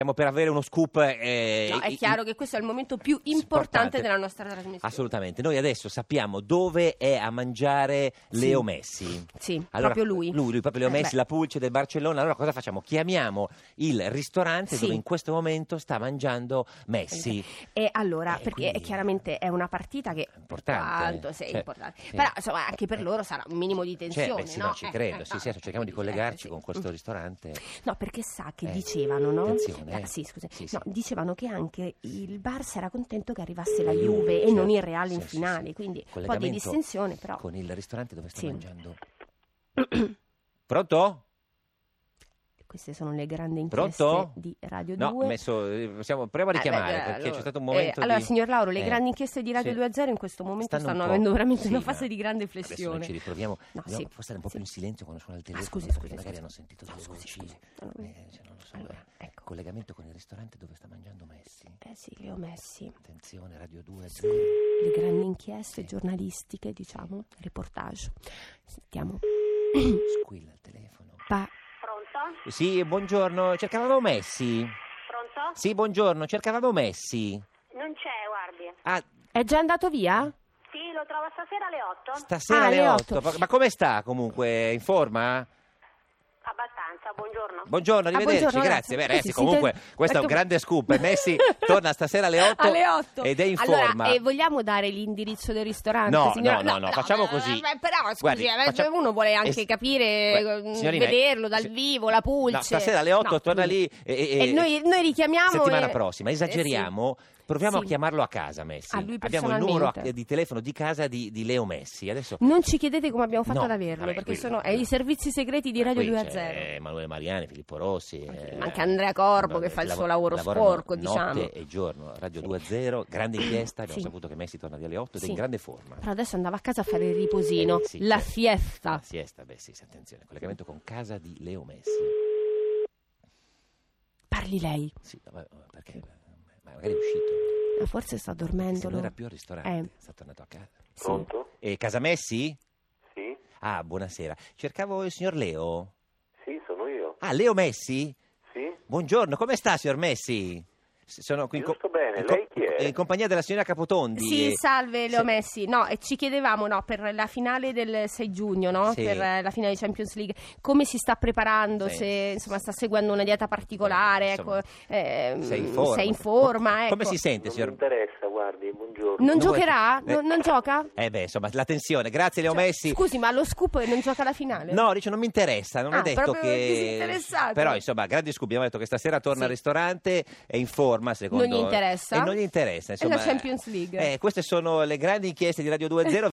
Stiamo per avere uno scoop. No, è chiaro che questo è il momento più importante della nostra trasmissione. Assolutamente. Noi adesso sappiamo dove è a mangiare Leo Messi. Sì, Allora, proprio lui. Lui proprio Leo Messi, la Pulce del Barcellona. Allora cosa facciamo? Chiamiamo il ristorante dove in questo momento sta mangiando Messi. E allora, perché quindi chiaramente è una partita che importante. importante. Sì. Però insomma anche per loro sarà un minimo di tensione, sì, no? no, ci credo. Sì, cerchiamo di collegarci con questo ristorante. No, perché sa che dicevano, no? Attenzione. Sì, scusa. Sì. No, dicevano che anche il Barça era contento che arrivasse la Juve e non il Real in finale, quindi un po' di distensione, però. Con il ristorante dove sta mangiando. Pronto? Queste sono le grandi inchieste di Radio 2. No, proviamo a richiamare perché c'è stato un momento allora, signor Lauro, le grandi inchieste di Radio 2.0 in questo momento stanno avendo veramente una fase di grande flessione. Adesso ci riproviamo. Dobbiamo stare un po' più in silenzio quando suona il telefono. Scusi, magari hanno sentito delle voci. Non lo so. Ecco. Collegamento con il ristorante dove sta mangiando Messi. Sì, Leo Messi. Attenzione, Radio 2. Le grandi inchieste giornalistiche, diciamo, reportage. Sentiamo. Squilla il telefono. Pronto? Sì, buongiorno, cercavamo Messi. Pronto? Sì, buongiorno, cercavamo Messi. Non c'è, guardi. Ah, È già andato via? Sì, lo trovo stasera alle 8? stasera alle 8. Ma come sta comunque? In forma? Abbastanza, buongiorno. Buongiorno, arrivederci, buongiorno, grazie. Beh, grazie. ragazzi, comunque questo è un grande scoop. Messi torna stasera alle 8, alle 8. Ed è in forma. Allora, vogliamo dare l'indirizzo del ristorante? No, signora? no, facciamo così. Però, scusi, Guardi, uno vuole anche capire, signorina, vederlo dal vivo, la Pulce. No, stasera alle 8 torna lì e noi richiamiamo. Settimana prossima, esageriamo. Proviamo a chiamarlo a casa, Messi. A lui abbiamo il numero di telefono di casa di Leo Messi. Adesso non ci chiedete come abbiamo fatto ad averlo, vabbè, perché qui, sono i servizi segreti di Radio 2.0. Emanuele Mariani, Filippo Rossi, anche Andrea Corbo che fa il suo lavoro sporco, diciamo. Notte e giorno, Radio 2.0, grande inchiesta. Abbiamo saputo che Messi torna via alle 8 ed è in grande forma. Però adesso andava a casa a fare il riposino, la siesta. La siesta, attenzione, collegamento con casa di Leo Messi. Parli lei. Sì, perché magari è uscito. Forse sta dormendo. Non era più al ristorante, sta tornato a casa. Pronto? Casa Messi? Sì? Ah, buonasera. Cercavo il signor Leo. Sì, sono io. Ah, Leo Messi? Sì? Buongiorno, come sta, signor Messi? Sono qui Io sto bene, lei chi è? in compagnia della signora Capotondi. Sì, salve Leo Messi. No, e ci chiedevamo, per la finale del 6 giugno, no? Sì. Per la finale di Champions League, come si sta preparando, se insomma sta seguendo una dieta particolare, sei in forma, Come si sente, Non signor? mi interessa, guardi, buongiorno. Non giocherà? Non gioca? Insomma, la tensione. Grazie Leo Messi. Scusi, ma lo scoop non gioca la finale? No, dice non mi interessa, non è detto proprio che... disinteressato. Però insomma, grandi scoop, abbiamo detto che stasera torna al ristorante, è in forma, secondo... Non gli interessa? E non gli interessa, insomma. È la Champions League. Queste sono le grandi inchieste di Radio 2.0.